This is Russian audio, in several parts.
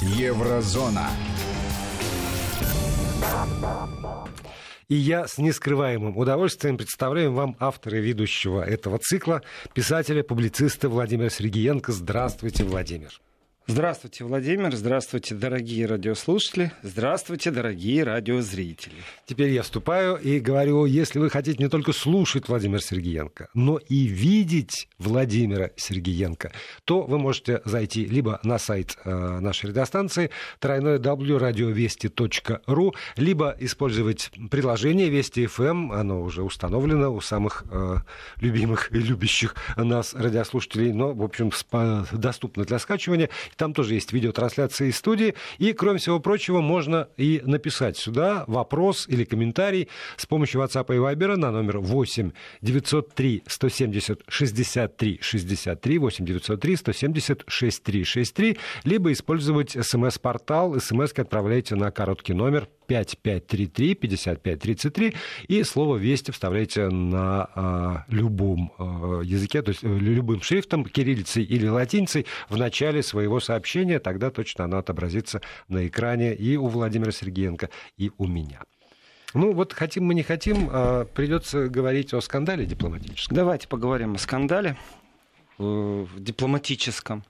Еврозона. И я с нескрываемым удовольствием представляю вам автора и ведущего этого цикла, писателя, публициста Владимира Сергеенко. Здравствуйте, Владимир. Здравствуйте, Владимир. Здравствуйте, дорогие радиослушатели. Здравствуйте, дорогие радиозрители. Теперь я вступаю и говорю, если вы хотите не только слушать Владимира Сергеенко, но и видеть Владимира Сергеенко, то вы можете зайти либо на сайт нашей радиостанции www.radiovesti.ru, либо использовать приложение Вести ФМ, оно уже установлено у самых любимых и любящих нас радиослушателей, но, в общем, доступно для скачивания. Там тоже есть видеотрансляция из студии. И, кроме всего прочего, можно и написать сюда вопрос или комментарий с помощью WhatsApp и Viber на номер 8 903 170 63 63, 8 903 170 63 63, либо использовать СМС-портал. СМС-ки отправляйте на короткий номер 5533, 5533, и слово «Вести» вставляйте на любом языке, то есть любым шрифтом, кириллицей или латиницей, в начале своего сообщения, тогда точно оно отобразится на экране и у Владимира Сергеенко, и у меня. Ну вот хотим мы не хотим, придется говорить о скандале дипломатическом. Давайте поговорим о скандале дипломатическом.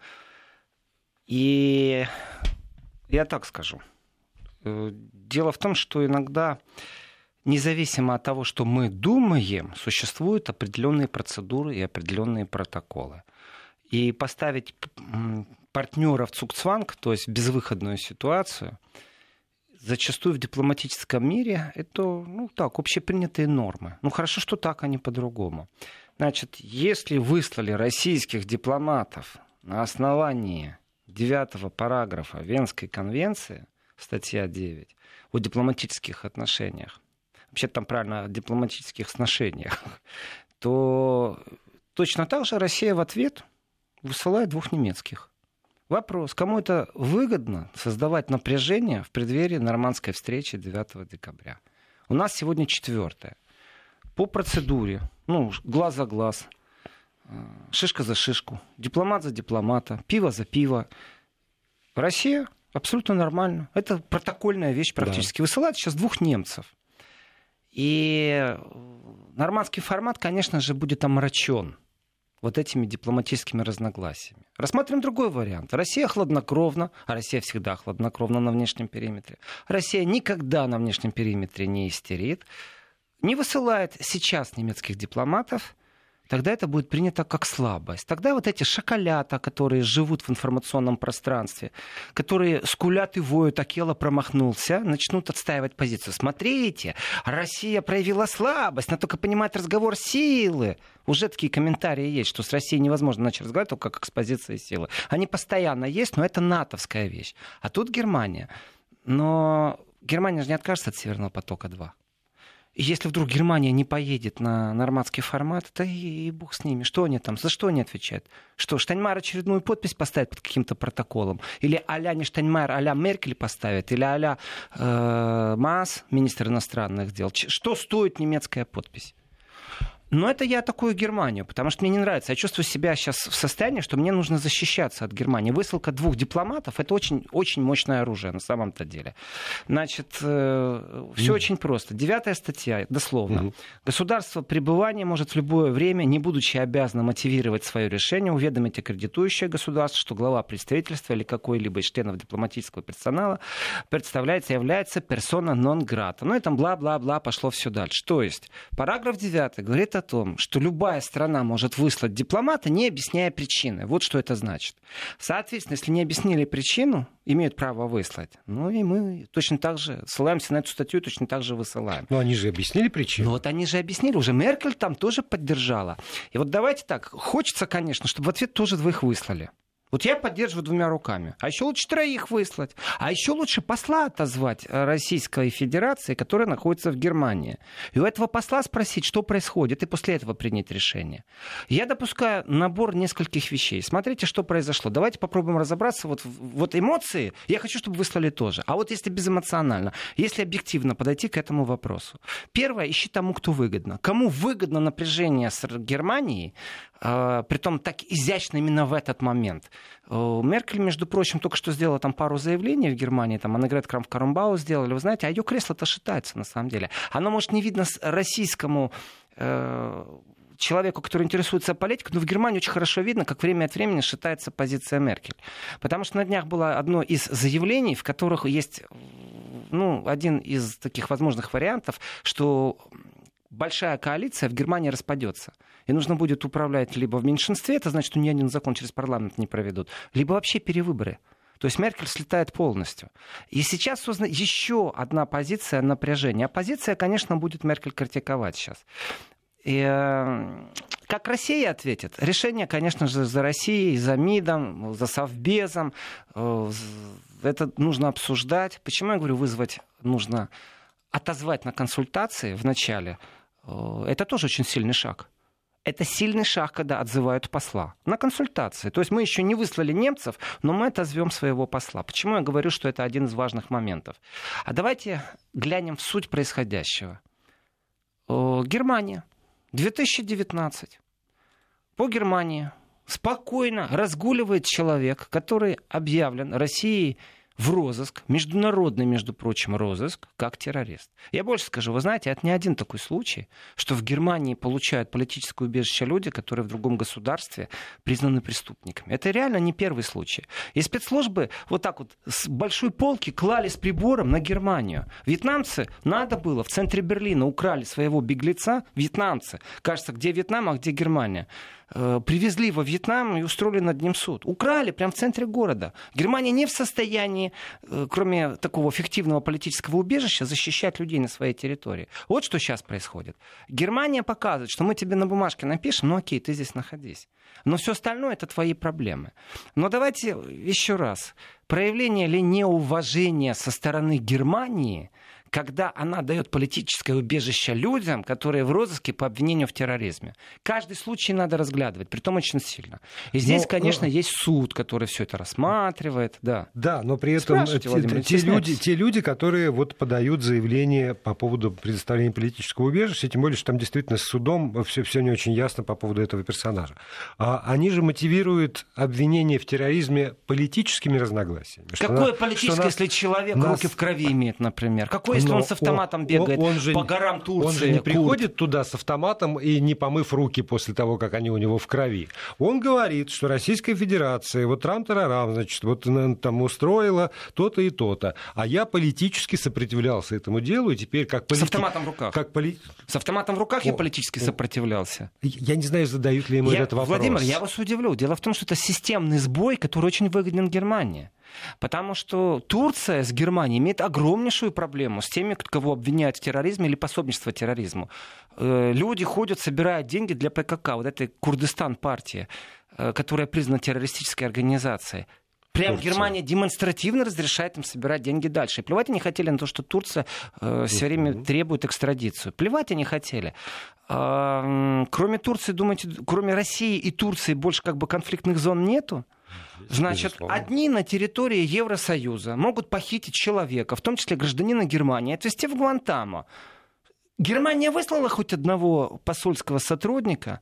И я так скажу. Дело в том, что иногда, независимо от того, что мы думаем, существуют определенные процедуры и определенные протоколы. И поставить партнера в цугцванг, то есть в безвыходную ситуацию, зачастую в дипломатическом мире это, общепринятые нормы. Хорошо, что так, а не по-другому. Значит, если выслали российских дипломатов на основании 9 параграфа Венской конвенции, статья 9, о дипломатических отношениях, вообще там правильно о дипломатических сношениях, то точно так же Россия в ответ высылает 2 немецких. Вопрос, кому это выгодно создавать напряжение в преддверии нормандской встречи 9 декабря? У нас сегодня 4. По процедуре, глаз за глаз, шишка за шишку, дипломат за дипломата, пиво за пиво. Россия абсолютно нормально. Это протокольная вещь практически. Да. Высылают сейчас 2 немцев. И нормандский формат, конечно же, будет омрачен вот этими дипломатическими разногласиями. Рассмотрим другой вариант. Россия хладнокровна, а Россия всегда хладнокровна на внешнем периметре. Россия никогда на внешнем периметре не истерит. Не высылает сейчас немецких дипломатов, тогда это будет принято как слабость. Тогда вот эти шакалята, которые живут в информационном пространстве, которые скулят и воют, Акела промахнулся, начнут отстаивать позицию. Смотрите, Россия проявила слабость, надо только понимать разговор силы. Уже такие комментарии есть, что с Россией невозможно начать разговаривать только как с позиции силы. Они постоянно есть, но это натовская вещь. А тут Германия. Но Германия же не откажется от Северного потока-2. И если вдруг Германия не поедет на нормандский формат, то и бог с ними. Что они там? За что они отвечают? Что, Штайнмайер очередную подпись поставит под каким-то протоколом? Или а-ля не Штайнмайер, а-ля Меркель поставит? Или а-ля Маас, министр иностранных дел? Что стоит немецкая подпись? Но это я такую Германию, потому что мне не нравится. Я чувствую себя сейчас в состоянии, что мне нужно защищаться от Германии. Высылка 2 дипломатов — это очень, очень мощное оружие на самом-то деле. Значит, все очень просто. 9 статья, дословно. Государство пребывания может в любое время, не будучи обязано мотивировать свое решение, уведомить аккредитующее государство, что глава представительства или какой-либо из членов дипломатического персонала представляется, является персона нон-грата. И там бла-бла-бла, пошло все дальше. То есть, параграф 9 говорит о том, что любая страна может выслать дипломата, не объясняя причины. Вот что это значит. Соответственно, если не объяснили причину, имеют право выслать. И мы точно так же ссылаемся на эту статью, точно так же высылаем. Но они же объяснили причину. Они же объяснили. Уже Меркель там тоже поддержала. И вот давайте так. Хочется, конечно, чтобы в ответ тоже 2 выслали. Вот я поддерживаю 2 руками. А еще лучше 3 выслать. А еще лучше посла отозвать Российской Федерации, которая находится в Германии. И у этого посла спросить, что происходит, и после этого принять решение. Я допускаю набор нескольких вещей. Смотрите, что произошло. Давайте попробуем разобраться. Вот эмоции я хочу, чтобы выслали тоже. А вот если безэмоционально, если объективно подойти к этому вопросу. Первое, ищи тому, кто выгодно. Кому выгодно напряжение с Германией, притом так изящно именно в этот момент. Меркель, между прочим, только что сделала там пару заявлений в Германии, там Аннегрет Крамп-Карренбауэр сделали, вы знаете, а ее кресло-то шатается на самом деле. Оно, может, не видно российскому человеку, который интересуется политикой, но в Германии очень хорошо видно, как время от времени шатается позиция Меркель. Потому что на днях было одно из заявлений, в которых есть один из таких возможных вариантов, что большая коалиция в Германии распадется. И нужно будет управлять либо в меньшинстве, это значит, что ни один закон через парламент не проведут, либо вообще перевыборы. То есть Меркель слетает полностью. И сейчас создана еще одна позиция напряжения. Оппозиция, конечно, будет Меркель критиковать сейчас. И как Россия ответит? Решение, конечно же, за Россией, за МИДом, за Совбезом. Это нужно обсуждать. Почему я говорю, вызвать нужно, отозвать на консультации в начале? Это тоже очень сильный шаг. Это сильный шаг, когда отзывают посла на консультации. То есть мы еще не выслали немцев, но мы отозвем своего посла. Почему я говорю, что это один из важных моментов? А давайте глянем в суть происходящего. Германия. 2019. По Германии спокойно разгуливает человек, который объявлен Россией в розыск, международный, между прочим, розыск, как террорист. Я больше скажу, вы знаете, это не один такой случай, что в Германии получают политическое убежище люди, которые в другом государстве признаны преступниками. Это реально не первый случай. И спецслужбы вот так вот с большой полки клали с прибором на Германию. Вьетнамцы, надо было, в центре Берлина украли своего беглеца, вьетнамцы. Кажется, где Вьетнам, а где Германия. Привезли его в Вьетнам и устроили над ним суд. Украли прямо в центре города. Германия не в состоянии, кроме такого фиктивного политического убежища, защищать людей на своей территории. Вот что сейчас происходит. Германия показывает, что мы тебе на бумажке напишем, окей, ты здесь находись. Но все остальное — это твои проблемы. Но давайте еще раз. Проявление ли неуважения со стороны Германии, когда она дает политическое убежище людям, которые в розыске по обвинению в терроризме. Каждый случай надо разглядывать, притом очень сильно. И здесь, конечно, есть суд, который все это рассматривает. Да, но при этом те люди, которые вот подают заявление по поводу предоставления политического убежища, тем более, что там действительно с судом все не очень ясно по поводу этого персонажа. Они же мотивируют обвинение в терроризме политическими разногласиями. Какое политическое, если человек руки в крови имеет, например? Какое, если он с автоматом бегает по горам Турции? Он же не приходит туда с автоматом и не помыв руки после того, как они у него в крови. Он говорит, что Российская Федерация, вот трам-тарарам, значит, вот там устроила то-то и то-то. А я политически сопротивлялся этому делу, и теперь как политик... С автоматом в руках. С автоматом в руках я политически сопротивлялся. Я не знаю, задают ли ему этот вопрос. Владимир, я вас удивлю. Дело в том, что это системный сбой, который очень выгоден Германии. Потому что Турция с Германией имеет огромнейшую проблему с теми, кого обвиняют в терроризме или пособничестве терроризму. Люди ходят, собирают деньги для ПКК, вот этой Курдистан-партии, которая признана террористической организацией. Прям Германия демонстративно разрешает им собирать деньги дальше. И плевать они хотели на то, что Турция все время требует экстрадицию. Плевать они хотели. Кроме Турции, думаете, кроме России и Турции больше как бы конфликтных зон нету? Значит, одни на территории Евросоюза могут похитить человека, в том числе гражданина Германии, отвезти в Гуантанамо. Германия выслала хоть одного посольского сотрудника,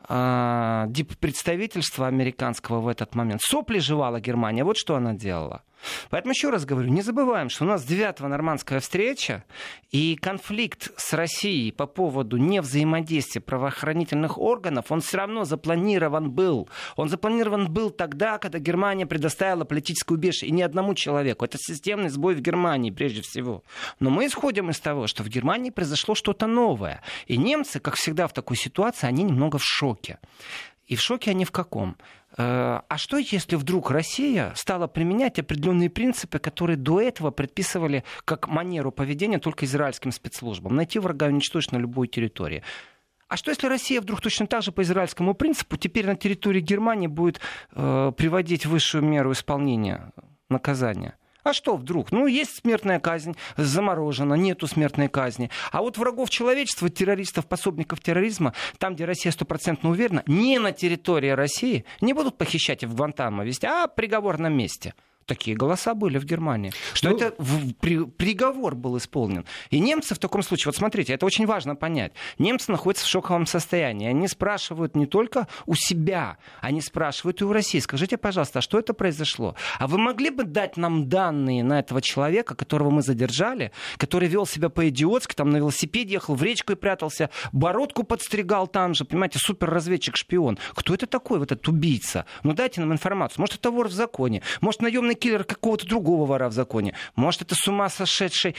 диппредставительства американского в этот момент. Сопли жевала Германия, вот что она делала. Поэтому еще раз говорю, не забываем, что у нас 9-го нормандская встреча, и конфликт с Россией по поводу невзаимодействия правоохранительных органов, он все равно запланирован был. Он запланирован был тогда, когда Германия предоставила политическое убежище, и ни одному человеку. Это системный сбой в Германии прежде всего. Но мы исходим из того, что в Германии произошло что-то новое. И немцы, как всегда в такой ситуации, они немного в шоке. И в шоке они в каком? А что, если вдруг Россия стала применять определенные принципы, которые до этого предписывали как манеру поведения только израильским спецслужбам? Найти врага и уничтожить на любой территории. А что, если Россия вдруг точно так же по израильскому принципу теперь на территории Германии будет приводить высшую меру исполнения наказания? А что вдруг? Есть смертная казнь, заморожена, нету смертной казни. А вот врагов человечества, террористов, пособников терроризма, там, где Россия 100% уверена, не на территории России не будут похищать и в Гуантанамо везти, а приговор на месте. Такие голоса были в Германии. Что это приговор был исполнен. И немцы в таком случае, вот смотрите, это очень важно понять. Немцы находятся в шоковом состоянии. Они спрашивают не только у себя, они спрашивают и у России. Скажите, пожалуйста, а что это произошло? А вы могли бы дать нам данные на этого человека, которого мы задержали, который вел себя по-идиотски, там на велосипеде ехал, в речку и прятался, бородку подстригал там же, понимаете, суперразведчик-шпион. Кто это такой, вот этот убийца? Ну дайте нам информацию. Может, это вор в законе, может, наемный киллер какого-то другого вора в законе. Может, это с ума сошедший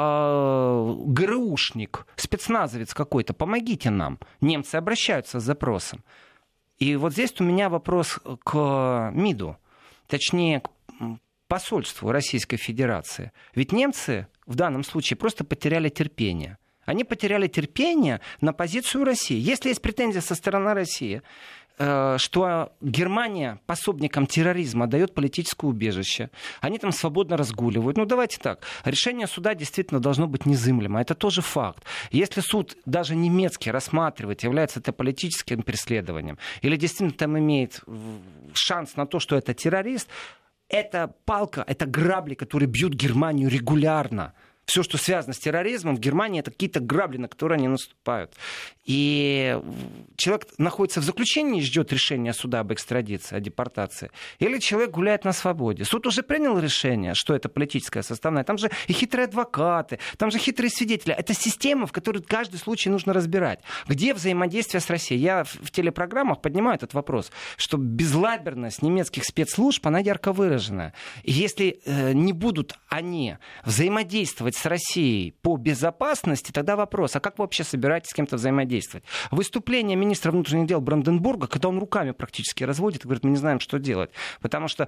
ГРУшник, спецназовец какой-то. Помогите нам. Немцы обращаются с запросом. И вот здесь у меня вопрос к МИДу, точнее, к посольству Российской Федерации. Ведь немцы в данном случае просто потеряли терпение. Они потеряли терпение на позицию России. Если есть претензия со стороны России, что Германия пособникам терроризма дает политическое убежище, они там свободно разгуливают. Ну, давайте так. Решение суда действительно должно быть незыблемо. Это тоже факт. Если суд даже немецкий рассматривает, является это политическим преследованием, или действительно там имеет шанс на то, что это террорист, это палка, это грабли, которые бьют Германию регулярно. Все, что связано с терроризмом, в Германии это какие-то грабли, на которые они наступают. И человек находится в заключении и ждет решения суда об экстрадиции, о депортации. Или человек гуляет на свободе. Суд уже принял решение, что это политическая составная. Там же и хитрые адвокаты, там же хитрые свидетели. Это система, в которой каждый случай нужно разбирать. Где взаимодействие с Россией? Я в телепрограммах поднимаю этот вопрос, что безлаберность немецких спецслужб, она ярко выражена. И если не будут они взаимодействовать с Россией по безопасности, тогда вопрос, а как вы вообще собираетесь с кем-то взаимодействовать? Выступление министра внутренних дел Бранденбурга, когда он руками практически разводит и говорит, мы не знаем, что делать. Потому что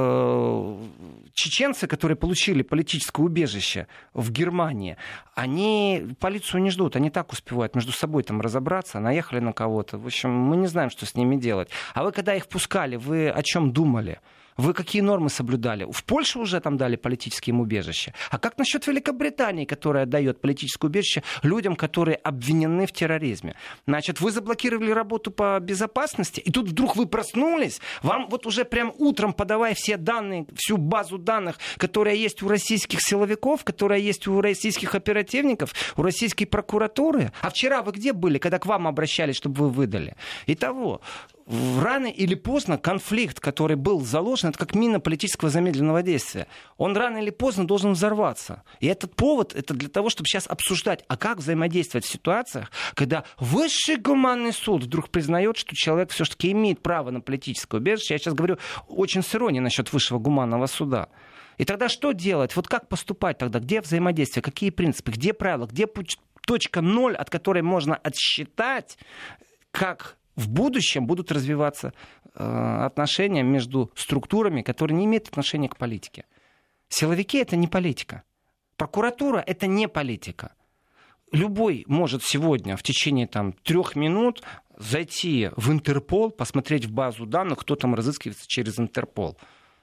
чеченцы, которые получили политическое убежище в Германии, они полицию не ждут, они так успевают между собой там разобраться, наехали на кого-то. В общем, мы не знаем, что с ними делать. А вы, когда их впускали, вы о чем думали? Вы какие нормы соблюдали? В Польше уже там дали политические им убежища. А как насчет Великобритании, которая дает политическое убежище людям, которые обвинены в терроризме? Значит, вы заблокировали работу по безопасности, и тут вдруг вы проснулись, вам вот уже прям утром подавая все данные, всю базу данных, которая есть у российских силовиков, которая есть у российских оперативников, у российской прокуратуры. А вчера вы где были, когда к вам обращались, чтобы вы выдали? Итого, рано или поздно конфликт, который был заложен, это как мина политического замедленного действия. Он рано или поздно должен взорваться. И этот повод, это для того, чтобы сейчас обсуждать, а как взаимодействовать в ситуациях, когда высший гуманный суд вдруг признает, что человек все-таки имеет право на политическое убежище. Я сейчас говорю очень с иронией насчет высшего гуманного суда. И тогда что делать? Вот как поступать тогда? Где взаимодействие? Какие принципы? Где правила? Где точка ноль, от которой можно отсчитать, как в будущем будут развиваться отношения между структурами, которые не имеют отношения к политике. Силовики — это не политика. Прокуратура — это не политика. Любой может сегодня в течение 3 минут зайти в Интерпол, посмотреть в базу данных, кто там разыскивается через Интерпол.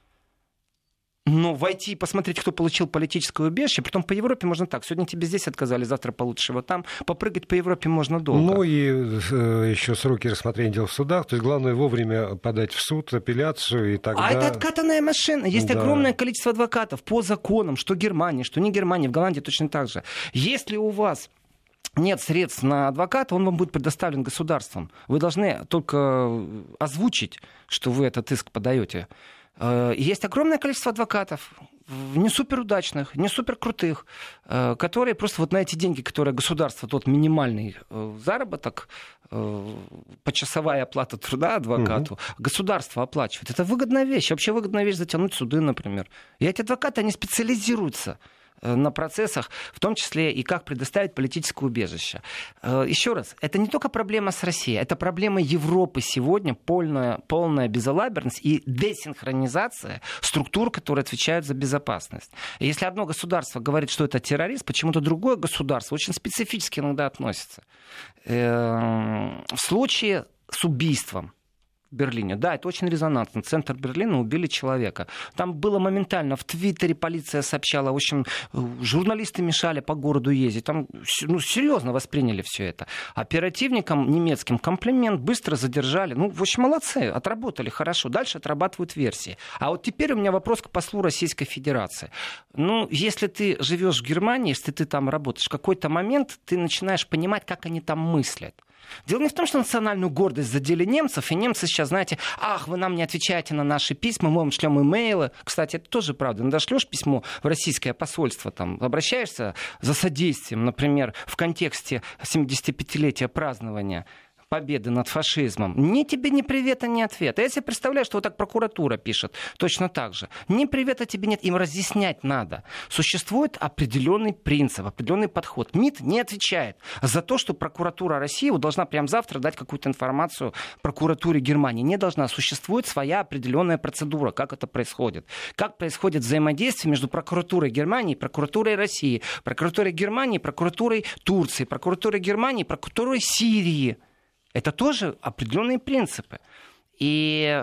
Но войти и посмотреть, кто получил политическое убежище, притом по Европе можно так. Сегодня тебе здесь отказали, завтра получишь его там. Попрыгать по Европе можно долго. Ну и еще сроки рассмотрения дел в судах. То есть главное вовремя подать в суд апелляцию, и тогда... А это откатанная машина. Есть огромное количество адвокатов по законам, что Германия, что не Германия. В Голландии точно так же. Если у вас нет средств на адвоката, он вам будет предоставлен государством. Вы должны только озвучить, что вы этот иск подаете. Есть огромное количество адвокатов, не суперудачных, не суперкрутых, которые просто вот на эти деньги, которые государство, тот минимальный заработок, почасовая оплата труда адвокату, государство оплачивает. Это выгодная вещь. Вообще выгодная вещь затянуть суды, например. И эти адвокаты, они специализируются на процессах, в том числе и как предоставить политическое убежище. Еще раз, это не только проблема с Россией, это проблема Европы сегодня, полная безалаберность и десинхронизация структур, которые отвечают за безопасность. И если одно государство говорит, что это террорист, почему-то другое государство очень специфически иногда относится. В случае с убийством в Берлине. Да, это очень резонансно. Центр Берлина, убили человека. Там было моментально, в Твиттере полиция сообщала, в общем, журналисты мешали по городу ездить. Там, серьезно восприняли все это. Оперативникам немецким комплимент, быстро задержали. В общем, молодцы, отработали хорошо. Дальше отрабатывают версии. А вот теперь у меня вопрос к послу Российской Федерации. Если ты живешь в Германии, если ты там работаешь, в какой-то момент ты начинаешь понимать, как они там мыслят. Дело не в том, что национальную гордость задели немцев, и немцы сейчас, знаете, вы нам не отвечаете на наши письма, мы вам шлем имейлы. Кстати, это тоже правда. Иногда шлешь письмо в российское посольство, там, обращаешься за содействием, например, в контексте 75-летия празднования победы над фашизмом. Ни тебе ни привета, ни ответа. Я себе представляю, что вот так прокуратура пишет точно так же. Ни привета тебе нет, им разъяснять надо. Существует определенный принцип, определенный подход. МИД не отвечает за то, что прокуратура России должна прямо завтра дать какую-то информацию прокуратуре Германии. Не должна. Существует своя определенная процедура, как это происходит. Как происходит взаимодействие между прокуратурой Германии и прокуратурой России, прокуратурой Германии, прокуратурой Турции, прокуратурой Германии, прокуратурой Сирии. Это тоже определенные принципы. И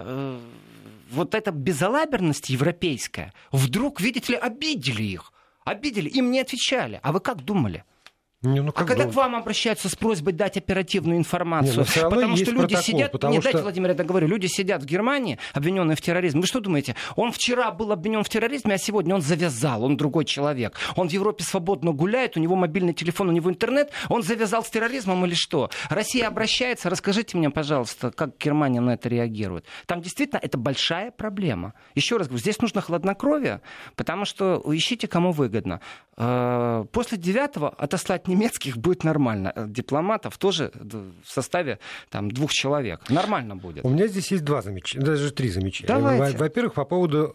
вот эта безалаберность европейская, вдруг, видите ли, обидели их. Обидели, им не отвечали. А вы как думали? Когда к вам обращаются с просьбой дать оперативную информацию, потому что люди сидят, дайте, Владимир, я договорю, люди сидят в Германии, обвиненные в терроризме. Вы что думаете, он вчера был обвинен в терроризме, а сегодня он завязал, он другой человек. Он в Европе свободно гуляет, у него мобильный телефон, у него интернет, он завязал с терроризмом или что? Россия обращается, расскажите мне, пожалуйста, как Германия на это реагирует. Там действительно это большая проблема. Еще раз говорю, здесь нужно хладнокровие, потому что ищите, кому выгодно. После 9-го отослать немецких будет нормально. Дипломатов тоже в составе 2 человек. Нормально будет. У меня здесь есть 2 замечания, даже 3 замечания. Во-первых, по поводу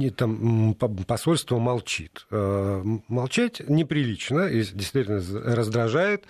посольство молчит. Молчать неприлично и действительно раздражает.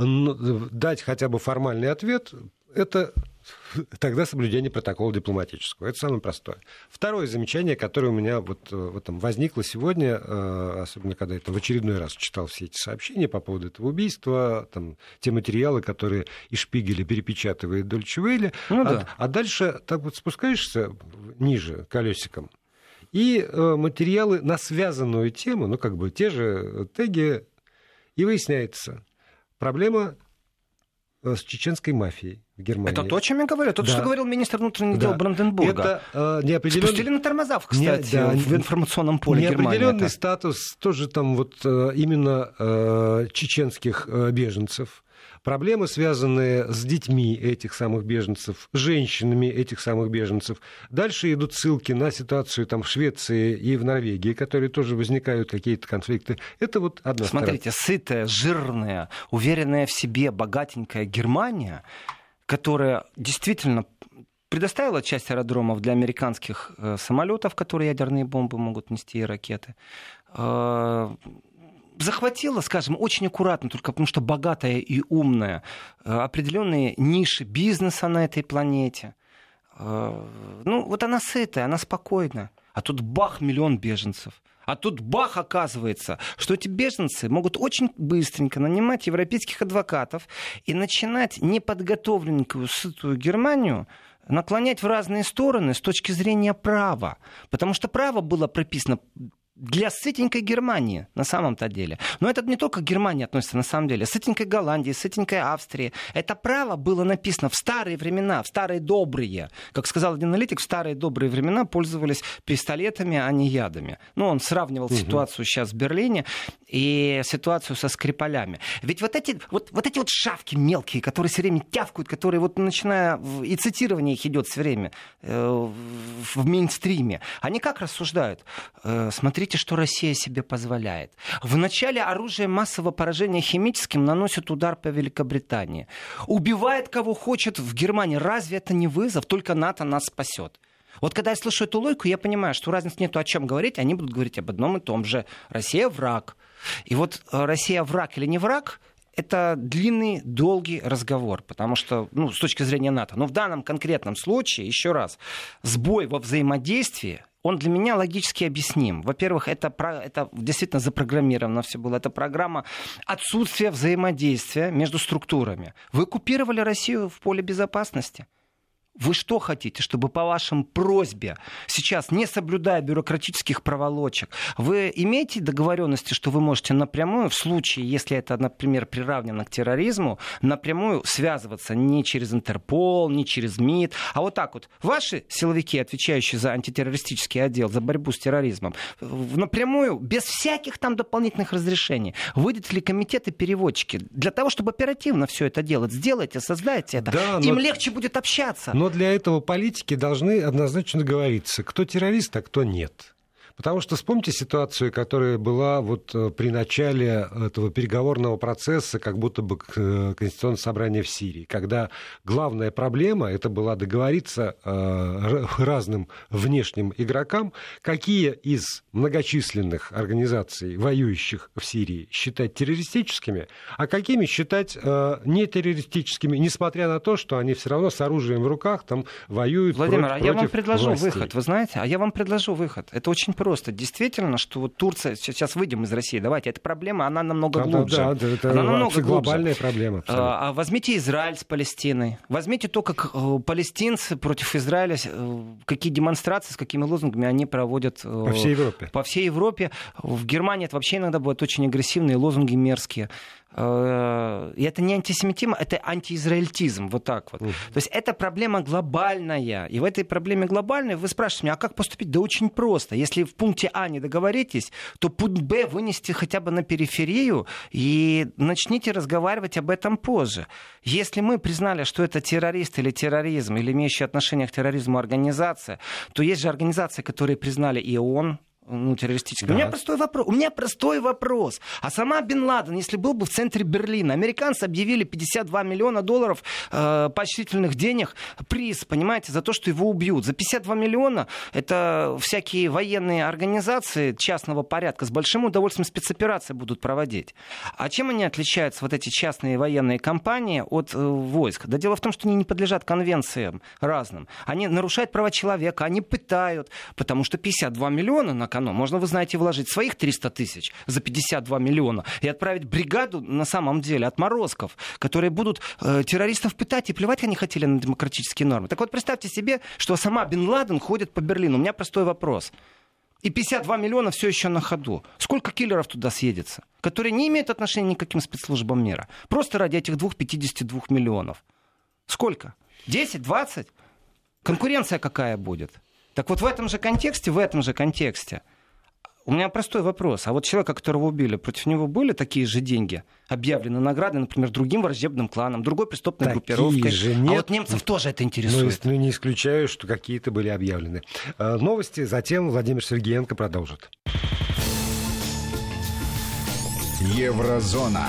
Дать хотя бы формальный ответ — это тогда соблюдение протокола дипломатического. Это самое простое. Второе замечание, которое у меня возникло сегодня, особенно когда я в очередной раз читал все эти сообщения по поводу этого убийства, те материалы, которые из Шпигеля перепечатывает Deutsche Welle, а дальше так вот спускаешься ниже колесиком, и материалы на связанную тему, те же теги, и выясняется, проблема с чеченской мафией в Германии. Это то, о чем я говорю. То, что говорил министр внутренних дел Бранденбурга. Это неопределенный... Спустили на тормозах, кстати, в информационном поле Германии. Неопределенный статус тоже именно чеченских беженцев. Проблемы, связанные с детьми этих самых беженцев, женщинами этих самых беженцев. Дальше идут ссылки на ситуацию в Швеции и в Норвегии, которые тоже возникают какие-то конфликты. Это одна Смотрите, сытая, жирная, уверенная в себе, богатенькая Германия, которая действительно предоставила часть аэродромов для американских самолетов, которые ядерные бомбы могут нести, и ракеты, захватила, скажем, очень аккуратно, только потому что богатая и умная, определенные ниши бизнеса на этой планете. Она сытая, она спокойная. А тут бах, 1 миллион беженцев. А тут бах, оказывается, что эти беженцы могут очень быстренько нанимать европейских адвокатов и начинать неподготовленную, сытую Германию наклонять в разные стороны с точки зрения права. Потому что право было прописано для сытенькой Германии, на самом-то деле. Но это не только к Германии относится, на самом деле. Сытенькой Голландии, сытенькой Австрии. Это право было написано в старые времена, в старые добрые. Как сказал один аналитик, в старые добрые времена пользовались пистолетами, а не ядами. Он сравнивал ситуацию сейчас в Берлине и ситуацию со Скрипалями. Ведь вот эти шавки мелкие, которые все время тявкают, которые начиная, и цитирование их идет все время в мейнстриме, они как рассуждают? Смотрите, что Россия себе позволяет. Вначале оружие массового поражения химическим наносит удар по Великобритании. Убивает кого хочет в Германии. Разве это не вызов? Только НАТО нас спасет. Вот когда я слышу эту логику, я понимаю, что разницы нету, о чем говорить. Они будут говорить об одном и том же. Россия враг. И Россия враг или не враг, это длинный, долгий разговор, потому что, с точки зрения НАТО. Но в данном конкретном случае, еще раз, сбой во взаимодействии, он для меня логически объясним. Во-первых, это действительно запрограммировано все было. Это программа отсутствия взаимодействия между структурами. Вы оккупировали Россию в поле безопасности. Вы что хотите, чтобы по вашим просьбе, сейчас не соблюдая бюрократических проволочек, вы имеете договоренности, что вы можете напрямую, в случае, если это, например, приравнено к терроризму, напрямую связываться не через Интерпол, не через МИД, а вот так вот. Ваши силовики, отвечающие за антитеррористический отдел, за борьбу с терроризмом, напрямую, без всяких там дополнительных разрешений, выйдет ли комитет и переводчики для того, чтобы оперативно все это делать? Сделайте, создайте это. Да, им легче будет общаться. Но для этого политики должны однозначно договориться, кто террорист, а кто нет. Потому что вспомните ситуацию, которая была вот при начале этого переговорного процесса, как будто бы Конституционное собрание в Сирии, когда главная проблема это была договориться разным внешним игрокам, какие из многочисленных организаций, воюющих в Сирии, считать террористическими, а какими считать нетеррористическими, несмотря на то, что они все равно с оружием в руках там воюют Владимир, против я вам предложу властей. выход, вы знаете, выход. Это очень просто. Действительно, что вот Турция, сейчас выйдем из России, давайте, эта проблема, она намного глубже. Да, это она намного глобальная глубже. Проблема. А возьмите Израиль с Палестиной. Возьмите то, как палестинцы против Израиля, какие демонстрации, с какими лозунгами они проводят по всей Европе. По всей Европе. В Германии это вообще иногда бывают очень агрессивные лозунги, мерзкие. И это не антисемитизм, это антиизраильтизм. Вот так вот. То есть это проблема глобальная. И в этой проблеме глобальной вы спрашиваете меня, а как поступить? Да очень просто. Если в пункте А не договоритесь, то пункт Б вынести хотя бы на периферию и начните разговаривать об этом позже. Если мы признали, что это террорист или терроризм, или имеющая отношение к терроризму организация, то есть же организации, которые признали и ООН, террористической. Да. У меня простой вопрос. А сама Бен Ладен, если был бы в центре Берлина, американцы объявили $52 миллиона поощрительных денег, приз, понимаете, за то, что его убьют. За 52 миллиона это всякие военные организации частного порядка с большим удовольствием спецоперации будут проводить. А чем они отличаются, вот эти частные военные компании, от войск? Да дело в том, что они не подлежат конвенциям разным. Они нарушают права человека, они пытают, потому что 52 миллиона на можно, вы знаете, вложить своих 300 тысяч за 52 миллиона и отправить бригаду, на самом деле, отморозков, которые будут террористов пытать, и плевать они хотели на демократические нормы. Так вот, представьте себе, что сама Бен Ладен ходит по Берлину. У меня простой вопрос. И 52 миллиона все еще на ходу. Сколько киллеров туда съедется, которые не имеют отношения ни к каким спецслужбам мира? Просто ради этих 52 миллионов. Сколько? 10, 20? Конкуренция какая будет? Так вот в этом же контексте, у меня простой вопрос. А вот человека, которого убили, против него были такие же деньги, объявлены награды, например, другим враждебным кланам, другой преступной группировкой? Же нет. А вот немцев тоже это интересует. Не исключаю, что какие-то были объявлены. Новости, затем Владимир Сергеенко продолжит. Еврозона.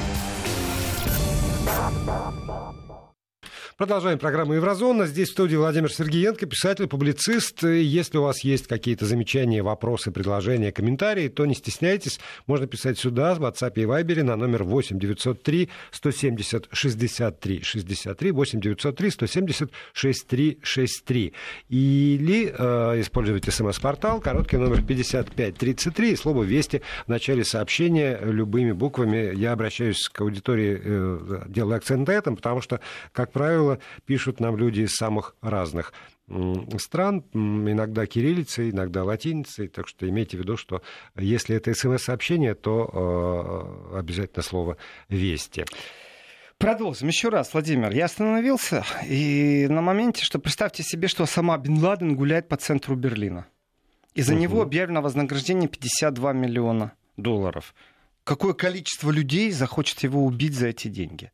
Продолжаем программу «Еврозона». Здесь в студии Владимир Сергеенко, писатель, публицист. Если у вас есть какие-то замечания, вопросы, предложения, комментарии, то не стесняйтесь. Можно писать сюда, в WhatsApp и Viber на номер 8 903 170 63 63, 8 903 170 63 63. Или используйте смс-портал, короткий номер 5533, и слово «Вести» в начале сообщения любыми буквами. Я обращаюсь к аудитории, делаю акцент на этом, потому что, как правило, пишут нам люди из самых разных стран, иногда кириллицей, иногда латиницей, так что имейте в виду, что если это СМС-сообщение, то обязательно слово «Вести». Продолжим. Еще раз, Владимир, я остановился и на моменте, что представьте себе, что сама Бен Ладен гуляет по центру Берлина. И за него объявлено вознаграждение $52 миллиона. Какое количество людей захочет его убить за эти деньги?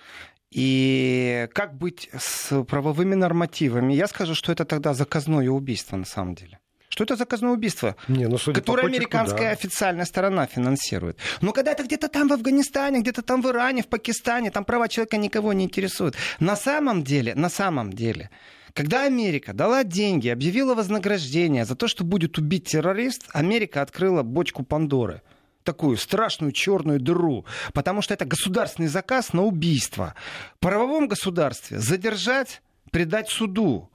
И как быть с правовыми нормативами? Я скажу, что это тогда заказное убийство на самом деле. Что это заказное убийство, которое американская официальная сторона финансирует. Но когда это где-то там в Афганистане, где-то там в Иране, в Пакистане, там права человека никого не интересуют. На самом деле, когда Америка дала деньги, объявила вознаграждение за то, что будет убить террорист, Америка открыла бочку Пандоры. Такую страшную черную дыру, потому что это государственный заказ на убийство. В правовом государстве задержать, предать суду.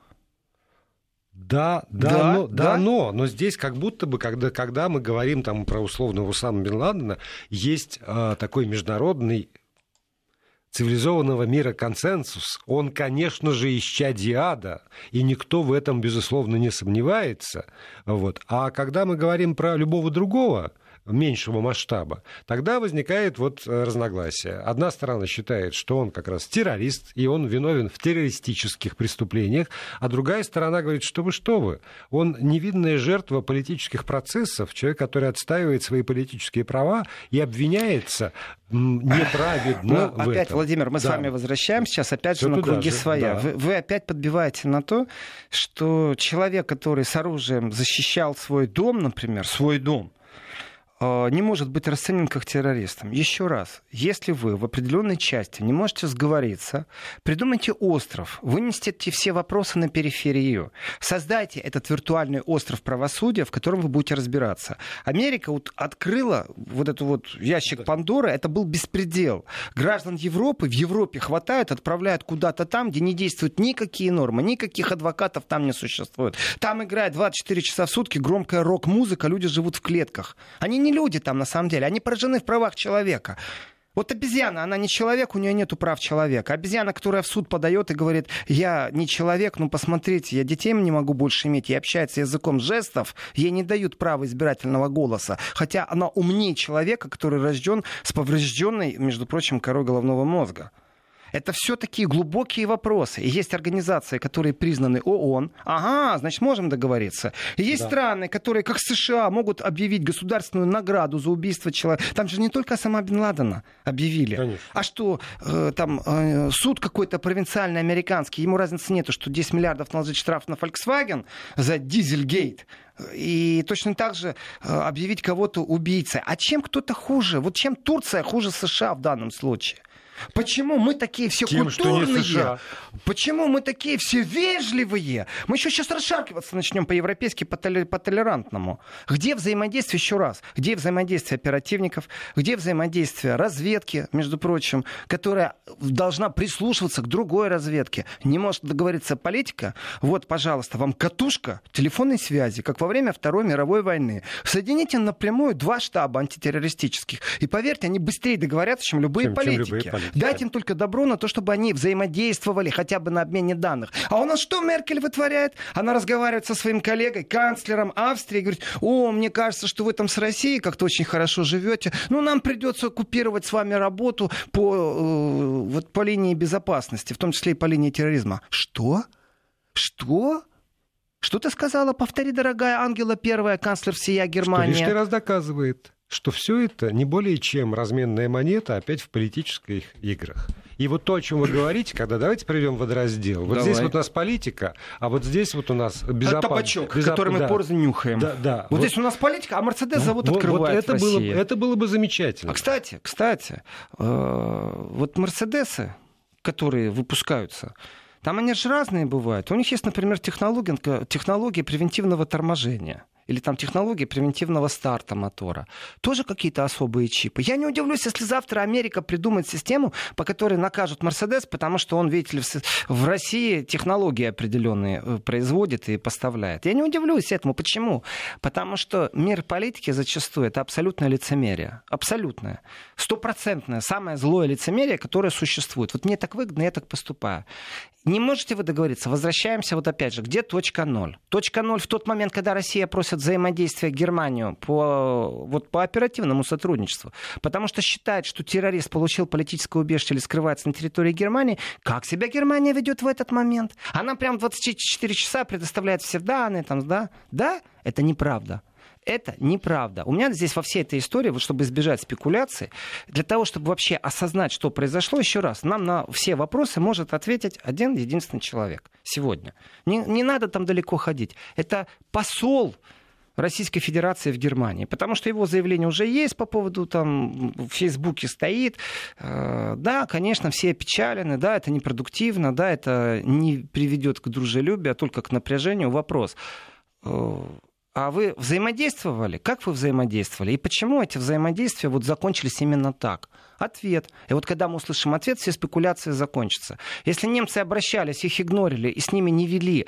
Но здесь как будто бы, когда мы говорим там про условного Усама бен Ладена, есть такой международный цивилизованного мира консенсус, он, конечно же, исчадие ада, и никто в этом, безусловно, не сомневается. Вот. А когда мы говорим про любого другого, меньшего масштаба, тогда возникает вот разногласие. Одна сторона считает, что он как раз террорист, и он виновен в террористических преступлениях, а другая сторона говорит, что вы, он невинная жертва политических процессов, человек, который отстаивает свои политические права и обвиняется неправедно в опять, этом. Владимир, мы с вами возвращаемся сейчас опять же на круги своя. Да. Вы опять подбиваете на то, что человек, который с оружием защищал свой дом, например, свой дом, не может быть расценен как террористом. Еще раз, если вы в определенной части не можете сговориться, придумайте остров, вынесите все вопросы на периферию, создайте этот виртуальный остров правосудия, в котором вы будете разбираться. Америка вот открыла вот этот вот ящик Пандоры, это был беспредел. Граждан Европы в Европе хватают, отправляют куда-то там, где не действуют никакие нормы, никаких адвокатов там не существует. Там играет 24 часа в сутки громкая рок-музыка, люди живут в клетках. Они не люди там на самом деле, они поражены в правах человека. Вот обезьяна, она не человек, у нее нету прав человека. Обезьяна, которая в суд подает и говорит, я не человек, ну посмотрите, я детей не могу больше иметь, и общается языком жестов, ей не дают права избирательного голоса, хотя она умнее человека, который рожден с поврежденной, между прочим, корой головного мозга. Это все такие глубокие вопросы. И есть организации, которые признаны ООН. Ага, значит, можем договориться. И есть страны, которые, как США, могут объявить государственную награду за убийство человека. Там же не только Осама бен Ладена объявили. Конечно. А что, там суд какой-то провинциальный американский, ему разницы нету, что 10 миллиардов наложить штраф на Volkswagen за Дизельгейт. И точно так же объявить кого-то убийцей. А чем кто-то хуже? Вот чем Турция хуже США в данном случае? Почему мы такие все культурные? Почему мы такие все вежливые? Мы еще сейчас расшаркиваться начнем по-европейски, по-толерантному. Где взаимодействие, еще раз, где взаимодействие оперативников, где взаимодействие разведки, между прочим, которая должна прислушиваться к другой разведке? Не может договориться политика? Вот, пожалуйста, вам катушка телефонной связи, как во время Второй мировой войны. Соедините напрямую 2 штаба антитеррористических. И поверьте, они быстрее договорятся, чем любые политики. Дайте им только добро на то, чтобы они взаимодействовали хотя бы на обмене данных. А у нас что Меркель вытворяет? Она разговаривает со своим коллегой, канцлером Австрии, и говорит, мне кажется, что вы там с Россией как-то очень хорошо живете, нам придется оккупировать с вами работу по линии безопасности, в том числе и по линии терроризма. Что? Что? Что ты сказала? Повтори, дорогая Ангела Первая, канцлер всея Германии. Что лишний раз доказывает, что все это не более чем разменная монета опять в политических играх. И вот то, о чем вы говорите, когда давайте приведем водораздел. Вот здесь вот у нас политика, а вот здесь вот у нас безопасность. Табачок, который мы порознь нюхаем. Да. Вот здесь у нас политика, а Мерседес завод открывает в России. Это было бы замечательно. А кстати, вот Мерседесы, которые выпускаются, там они же разные бывают. У них есть, например, технология превентивного торможения. Или там технологии превентивного старта мотора. Тоже какие-то особые чипы. Я не удивлюсь, если завтра Америка придумает систему, по которой накажут Мерседес, потому что он, видите ли, в России технологии определенные производит и поставляет. Я не удивлюсь этому. Почему? Потому что мир политики зачастую это абсолютное лицемерие. Абсолютное. 100%. Самое злое лицемерие, которое существует. Вот мне так выгодно, я так поступаю. Не можете вы договориться? Возвращаемся вот опять же. Где точка ноль? Точка ноль в тот момент, когда Россия просит взаимодействия Германию по оперативному сотрудничеству. Потому что считает, что террорист получил политическое убежище или скрывается на территории Германии. Как себя Германия ведет в этот момент? Она прям 24 часа предоставляет все данные. Да? Это неправда. Это неправда. У меня здесь во всей этой истории, вот чтобы избежать спекуляций, для того, чтобы вообще осознать, что произошло, еще раз, нам на все вопросы может ответить один единственный человек сегодня. Не надо там далеко ходить. Это посол Российской Федерации в Германии, потому что его заявление уже есть по поводу, там, в Фейсбуке стоит. Да, конечно, все опечалены, да, это непродуктивно, да, это не приведет к дружелюбию, а только к напряжению. Вопрос. А вы взаимодействовали? Как вы взаимодействовали? И почему эти взаимодействия вот закончились именно так? Ответ. И вот когда мы услышим ответ, все спекуляции закончатся. Если немцы обращались, их игнорили и с ними не вели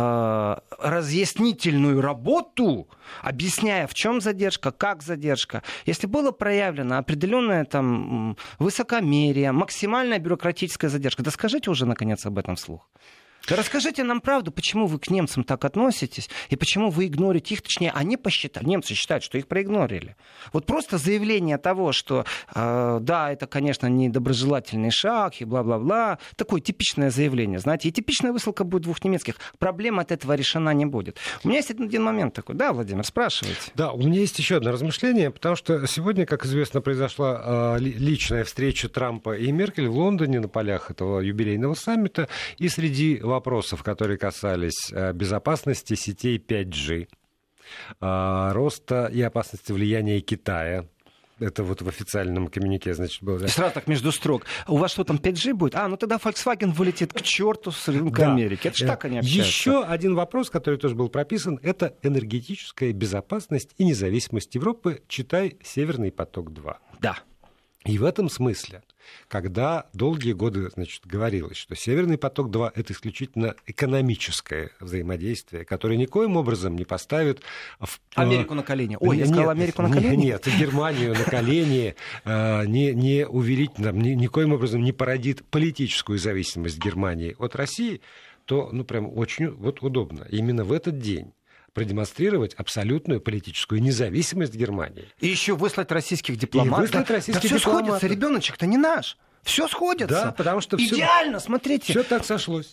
разъяснительную работу, объясняя, в чем задержка, как задержка, если было проявлено определенное там высокомерие, максимальная бюрократическая задержка, да скажите уже наконец об этом вслух. Да расскажите нам правду, почему вы к немцам так относитесь, и почему вы игнорите их, точнее, они посчитали, немцы считают, что их проигнорили. Вот просто заявление того, что да, это, конечно, недоброжелательный шаг, и бла-бла-бла, такое типичное заявление, знаете, и типичная высылка будет двух немецких. Проблема от этого решена не будет. У меня есть один момент такой. Да, Владимир, спрашивайте. Да, у меня есть еще одно размышление, потому что сегодня, как известно, произошла личная встреча Трампа и Меркель в Лондоне на полях этого юбилейного саммита, и среди вопросов, которые касались безопасности сетей 5G, роста и опасности влияния Китая. Это вот в официальном коммюнике, значит, было. И сразу так между строк. У вас что там, 5G будет? Ну тогда Volkswagen вылетит к черту с рынка Америки. Это же так они общаются. Еще один вопрос, который тоже был прописан, это энергетическая безопасность и независимость Европы, читай «Северный поток-2». Да. И в этом смысле, когда долгие годы, значит, говорилось, что «Северный поток-2» — это исключительно экономическое взаимодействие, которое никоим образом не поставит... Америку на колени. Ой, я сказал Америку на колени? Нет, Германию на колени, не увеличит, никоим образом не породит политическую зависимость Германии от России, то, прям очень вот удобно. Именно в этот день продемонстрировать абсолютную политическую независимость Германии. И еще выслать российских дипломатов. Да все сходится, ребеночек-то не наш. Все сходится. Да, потому что идеально, смотрите. Все так сошлось.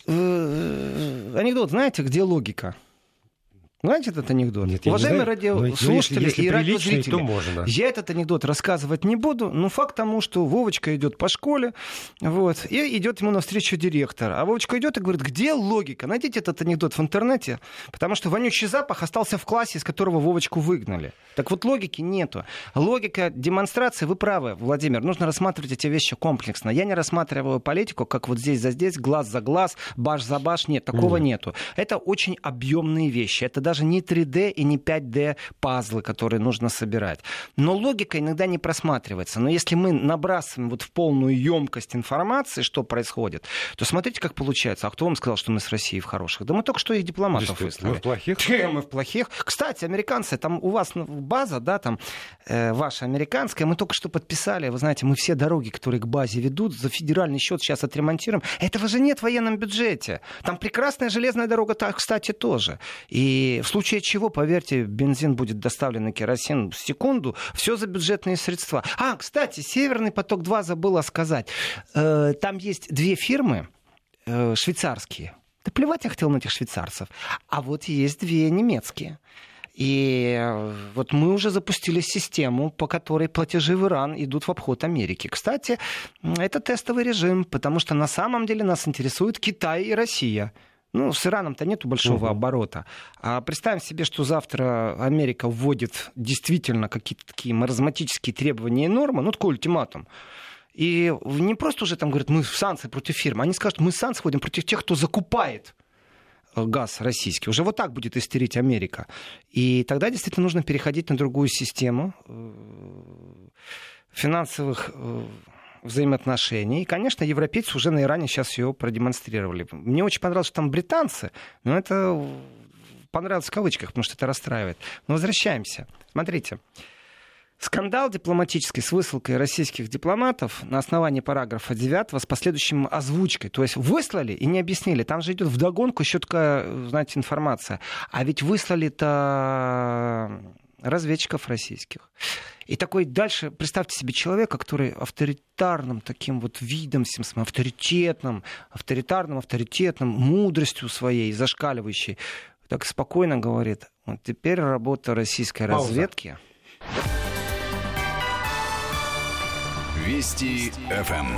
Анекдот, знаете, где логика? Знаете этот анекдот? Нет, уважаемые радиослушатели и радиозрители, то можно. Я этот анекдот рассказывать не буду, но факт тому, что Вовочка идет по школе, вот, и идет ему навстречу директор. А Вовочка идет и говорит, где логика? Найдите этот анекдот в интернете, потому что вонючий запах остался в классе, из которого Вовочку выгнали. Так вот, логики нету. Логика демонстрации, вы правы, Владимир, нужно рассматривать эти вещи комплексно. Я не рассматриваю политику, как вот здесь за здесь, глаз за глаз, баш за баш. Нет, такого нету. Это очень объемные вещи. Это даже не 3D и не 5D пазлы, которые нужно собирать. Но логика иногда не просматривается. Но если мы набрасываем вот в полную емкость информации, что происходит, то смотрите, как получается. А кто вам сказал, что мы с Россией в хороших? Да мы только что их дипломатов выслали. Мы в плохих? Мы в плохих. Кстати, американцы, там у вас база, да, там ваша американская, мы только что подписали, вы знаете, мы все дороги, которые к базе ведут, за федеральный счет сейчас отремонтируем. Этого же нет в военном бюджете. Там прекрасная железная дорога, кстати, тоже. И в случае чего, поверьте, бензин будет доставлен на керосин в секунду. Все за бюджетные средства. Кстати, «Северный поток-2» забыла сказать. Там есть две фирмы швейцарские. Да плевать я хотел на этих швейцарцев. А вот есть две немецкие. И вот мы уже запустили систему, по которой платежи в Иран идут в обход Америки. Кстати, это тестовый режим, потому что на самом деле нас интересует Китай и Россия. С Ираном-то нету большого оборота. А представим себе, что завтра Америка вводит действительно какие-то такие маразматические требования и нормы, такой ультиматум. И не просто уже там говорят, мы в санкции против фирмы, они скажут, мы в санкции вводим против тех, кто закупает газ российский. Уже вот так будет истерить Америка. И тогда действительно нужно переходить на другую систему финансовых взаимоотношений. И, конечно, европейцы уже на Иране сейчас ее продемонстрировали. Мне очень понравилось, что там британцы, но это понравилось в кавычках, потому что это расстраивает. Но возвращаемся. Смотрите. Скандал дипломатический с высылкой российских дипломатов на основании параграфа 9 с последующим озвучкой. То есть выслали и не объяснили. Там же идет вдогонку еще такая, знаете, информация. А ведь выслали-то разведчиков российских. И такой дальше, представьте себе человека, который авторитарным таким вот видом, всем своим авторитарным, мудростью своей зашкаливающей, так спокойно говорит, вот теперь работа российской разведки. Вести ФМ.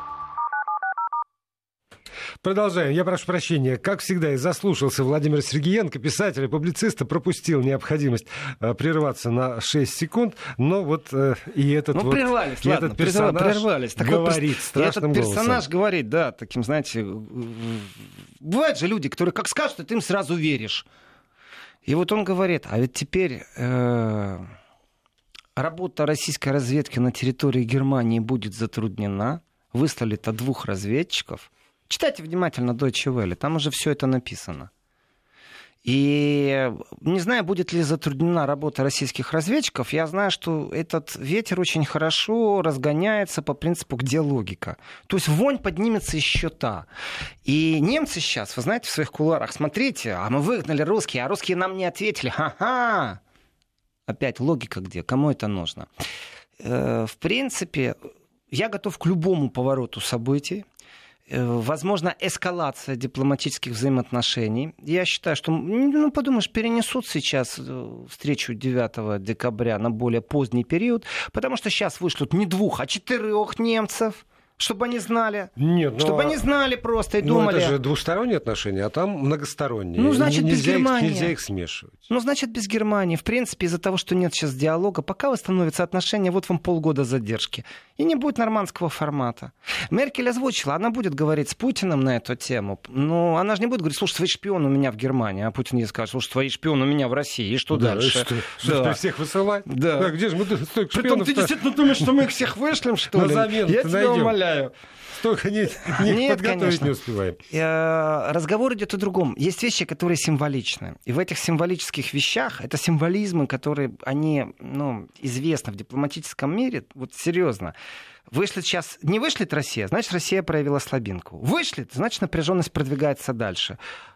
Продолжаем. Я прошу прощения. Как всегда, я заслушался Владимира Сергеенко, писателя, публициста, пропустил необходимость прерваться на 6 секунд. Но вот и этот прервались, этот персонаж говорит страшным голосом. Этот персонаж говорит, да, таким, знаете... Бывают же люди, которые как скажут, ты им сразу веришь. И вот он говорит, а ведь теперь работа российской разведки на территории Германии будет затруднена. Выслали-то 2 разведчиков. Читайте внимательно Deutsche Welle, там уже все это написано. И не знаю, будет ли затруднена работа российских разведчиков. Я знаю, что этот ветер очень хорошо разгоняется по принципу «где логика?». То есть вонь поднимется из счета. И немцы сейчас, вы знаете, в своих кулуарах, смотрите, а мы выгнали русские, а русские нам не ответили. Ха-ха! Опять логика где? Кому это нужно? В принципе, я готов к любому повороту событий. Возможно, эскалация дипломатических взаимоотношений. Я считаю, что, подумаешь, перенесут сейчас встречу 9 декабря на более поздний период, потому что сейчас вышлют не 2, а 4 немцев, чтобы они знали. Нет, чтобы они знали просто и думали. Это же двусторонние отношения, а там многосторонние. Значит, без Германии. Нельзя их смешивать. Значит, без Германии. В принципе, из-за того, что нет сейчас диалога, пока восстановятся отношения, вот вам полгода задержки. И не будет нормандского формата. Меркель озвучила, она будет говорить с Путиным на эту тему. Но она же не будет говорить, слушай, твой шпион у меня в Германии. А Путин ей скажет, слушай, твой шпион у меня в России. И что дальше? Что всех высылать? Да. Где же мы столько шпионов? Притом ты действительно думаешь, что мы их всех вышлем, что ли? Я тебя умоляю. Столько нет, подготовить конечно. Не успеваем. Разговор идет о другом. Есть вещи, которые символичны. И в этих символических вещах, это символизмы, которые, они известны в дипломатическом мире, вот серьезно. Вышлет сейчас, не вышлет Россия, значит, Россия проявила слабинку. Вышлет, значит, напряженность продвигается дальше.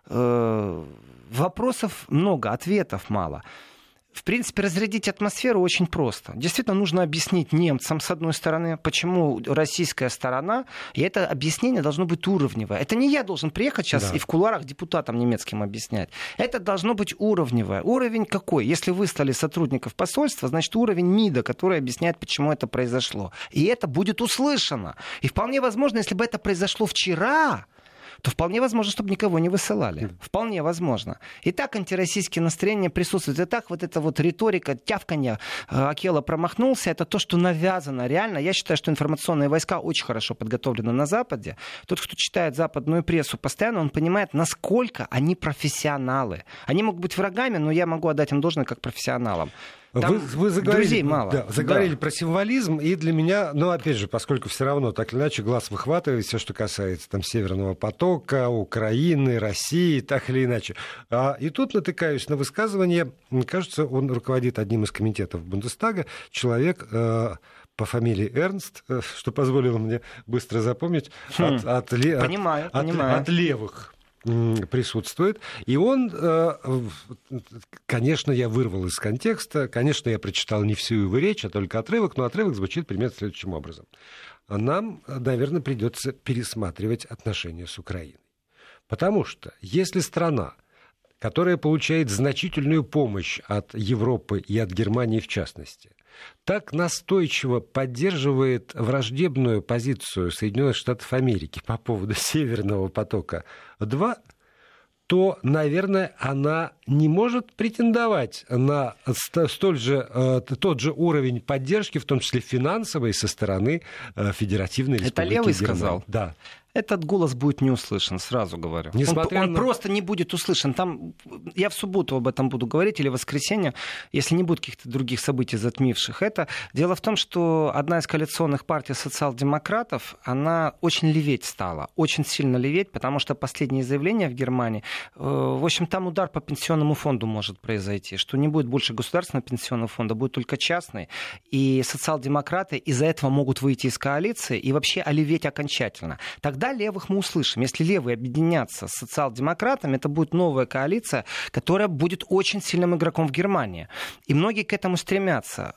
Вопросов много, ответов мало. В принципе, разрядить атмосферу очень просто. Действительно, нужно объяснить немцам, с одной стороны, почему российская сторона, и это объяснение должно быть уровневое. Это не я должен приехать сейчас и в кулуарах депутатам немецким объяснять. Это должно быть уровневое. Уровень какой? Если выслали сотрудников посольства, значит, уровень МИДа, который объясняет, почему это произошло. И это будет услышано. И вполне возможно, если бы это произошло вчера, то вполне возможно, чтобы никого не высылали. Вполне возможно. И так антироссийские настроения присутствуют. И так вот эта вот риторика, тявканье, Акела промахнулся, это то, что навязано реально. Я считаю, что информационные войска очень хорошо подготовлены на Западе. Тот, кто читает западную прессу постоянно, он понимает, насколько они профессионалы. Они могут быть врагами, но я могу отдать им должное как профессионалам. Вы заговорили, друзей мало. Да, заговорили про символизм, и для меня, опять же, поскольку все равно так или иначе глаз выхватывает все, что касается там Северного потока, Украины, России, так или иначе. И тут натыкаюсь на высказывание, мне кажется, он руководит одним из комитетов Бундестага, человек по фамилии Эрнст, что позволило мне быстро запомнить, от левых присутствует. И он, конечно, я вырвал из контекста, конечно, я прочитал не всю его речь, а только отрывок, но отрывок звучит примерно следующим образом. Нам, наверное, придется пересматривать отношения с Украиной. Потому что если страна, которая получает значительную помощь от Европы и от Германии в частности, так настойчиво поддерживает враждебную позицию Соединенных Штатов Америки по поводу Северного потока-2, то, наверное, она не может претендовать на тот же уровень поддержки, в том числе финансовой, со стороны Федеративной Республики Германия. Это левый сказал? Да. Этот голос будет не услышан, сразу говорю. Он просто не будет услышан. Там, я в субботу об этом буду говорить, или в воскресенье, если не будет каких-то других событий, затмивших это. Дело в том, что одна из коалиционных партий социал-демократов, она очень леветь стала, очень сильно леветь, потому что последние заявления в Германии, в общем, там удар по пенсионному фонду может произойти, что не будет больше государственного пенсионного фонда, будет только частный. И социал-демократы из-за этого могут выйти из коалиции и вообще олеветь окончательно. Тогда левых мы услышим. Если левые объединятся с социал-демократами, это будет новая коалиция, которая будет очень сильным игроком в Германии. И многие к этому стремятся.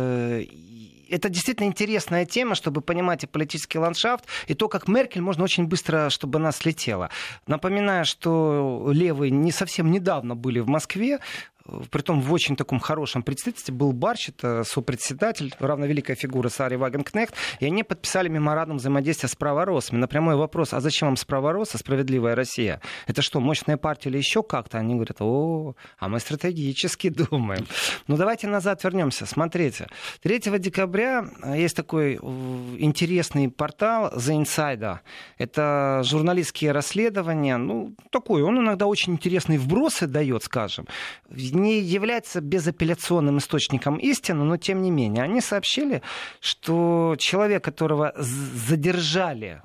Это действительно интересная тема, чтобы понимать и политический ландшафт, и то, как Меркель можно очень быстро, чтобы она слетела. Напоминаю, что левые не совсем недавно были в Москве. притом в очень таком хорошем представительстве, был Барч, это сопредседатель, равновеликая фигура Сари Вагенкнехт, и они подписали меморандум взаимодействия с праворосами. На прямой вопрос, а зачем вам справоросы, справедливая Россия? Это что, мощная партия или еще как-то? Они говорят, а мы стратегически думаем. Ну, давайте назад вернемся. Смотрите, 3 декабря есть такой интересный портал The Insider. Это журналистские расследования. Ну, такой, он иногда очень интересные вбросы дает, скажем. Не является безапелляционным источником истины, но тем не менее. Они сообщили, что человек, которого задержали,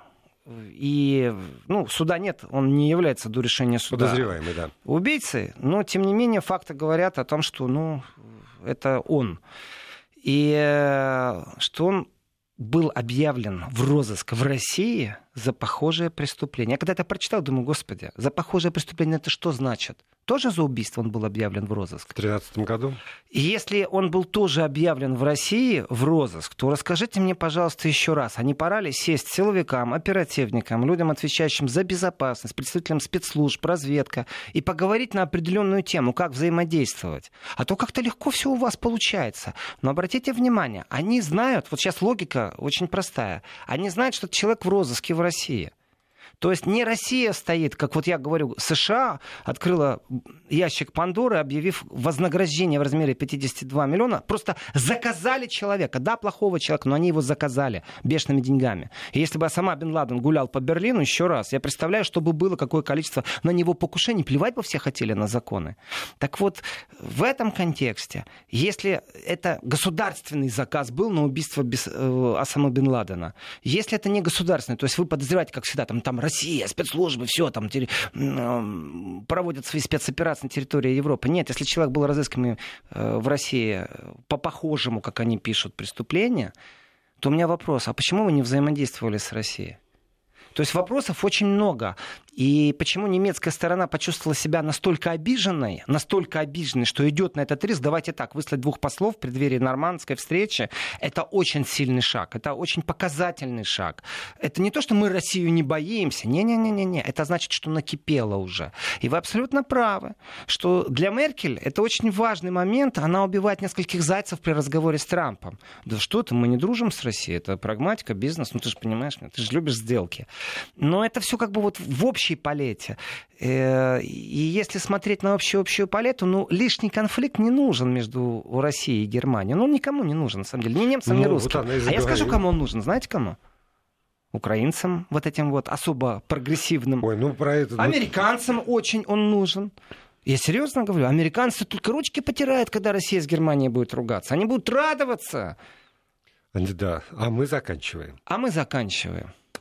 и суда нет, он не является до решения суда. Подозреваемый, да. Убийцей, но тем не менее факты говорят о том, что это он. И что он был объявлен в розыск в России за похожее преступление. Я когда это прочитал, думаю, господи, за похожее преступление это что значит? Тоже за убийство он был объявлен в розыск? В 2013 году. И если он был тоже объявлен в России в розыск, то расскажите мне, пожалуйста, еще раз, а не пора ли сесть силовикам, оперативникам, людям, отвечающим за безопасность, представителям спецслужб, разведка, и поговорить на определенную тему, как взаимодействовать? А то как-то легко все у вас получается. Но обратите внимание, они знают, вот сейчас логика очень простая, они знают, что человек в розыске в России. То есть не Россия стоит, как вот я говорю, США открыла ящик Пандоры, объявив вознаграждение в размере 52 миллиона. Просто заказали человека, да, плохого человека, но они его заказали бешеными деньгами. И если бы Осама бен Ладен гулял по Берлину, еще раз, я представляю, что бы было, какое количество на него покушений. Плевать бы все хотели на законы. Так вот, в этом контексте, если это государственный заказ был на убийство Осамы бен Ладена, если это не государственный, то есть вы подозреваете, как всегда, там Россия, спецслужбы, все там проводят свои спецоперации на территории Европы. Нет, если человек был разыскан в России по похожему, как они пишут, преступлению, то у меня вопрос, а почему вы не взаимодействовали с Россией? То есть вопросов очень много. И почему немецкая сторона почувствовала себя настолько обиженной, что идет на этот риск, давайте так, выслать 2 послов в преддверии нормандской встречи, это очень сильный шаг, это очень показательный шаг. Это не то, что мы Россию не боимся, не-не-не-не, это значит, что накипело уже. И вы абсолютно правы, что для Меркель это очень важный момент, она убивает нескольких зайцев при разговоре с Трампом. Да что ты, мы не дружим с Россией, это прагматика, бизнес, ты же понимаешь, ты же любишь сделки. Но это все как бы вот в общей палете. И если смотреть на общую палету, лишний конфликт не нужен между Россией и Германией. Он никому не нужен, на самом деле. Ни немцам, ни русским. Вот я скажу, кому он нужен. Знаете, кому? Украинцам, вот этим вот особо прогрессивным. Про это... Американцам очень он нужен. Я серьезно говорю, американцы только ручки потирают, когда Россия с Германией будет ругаться. Они будут радоваться. Да, а мы заканчиваем.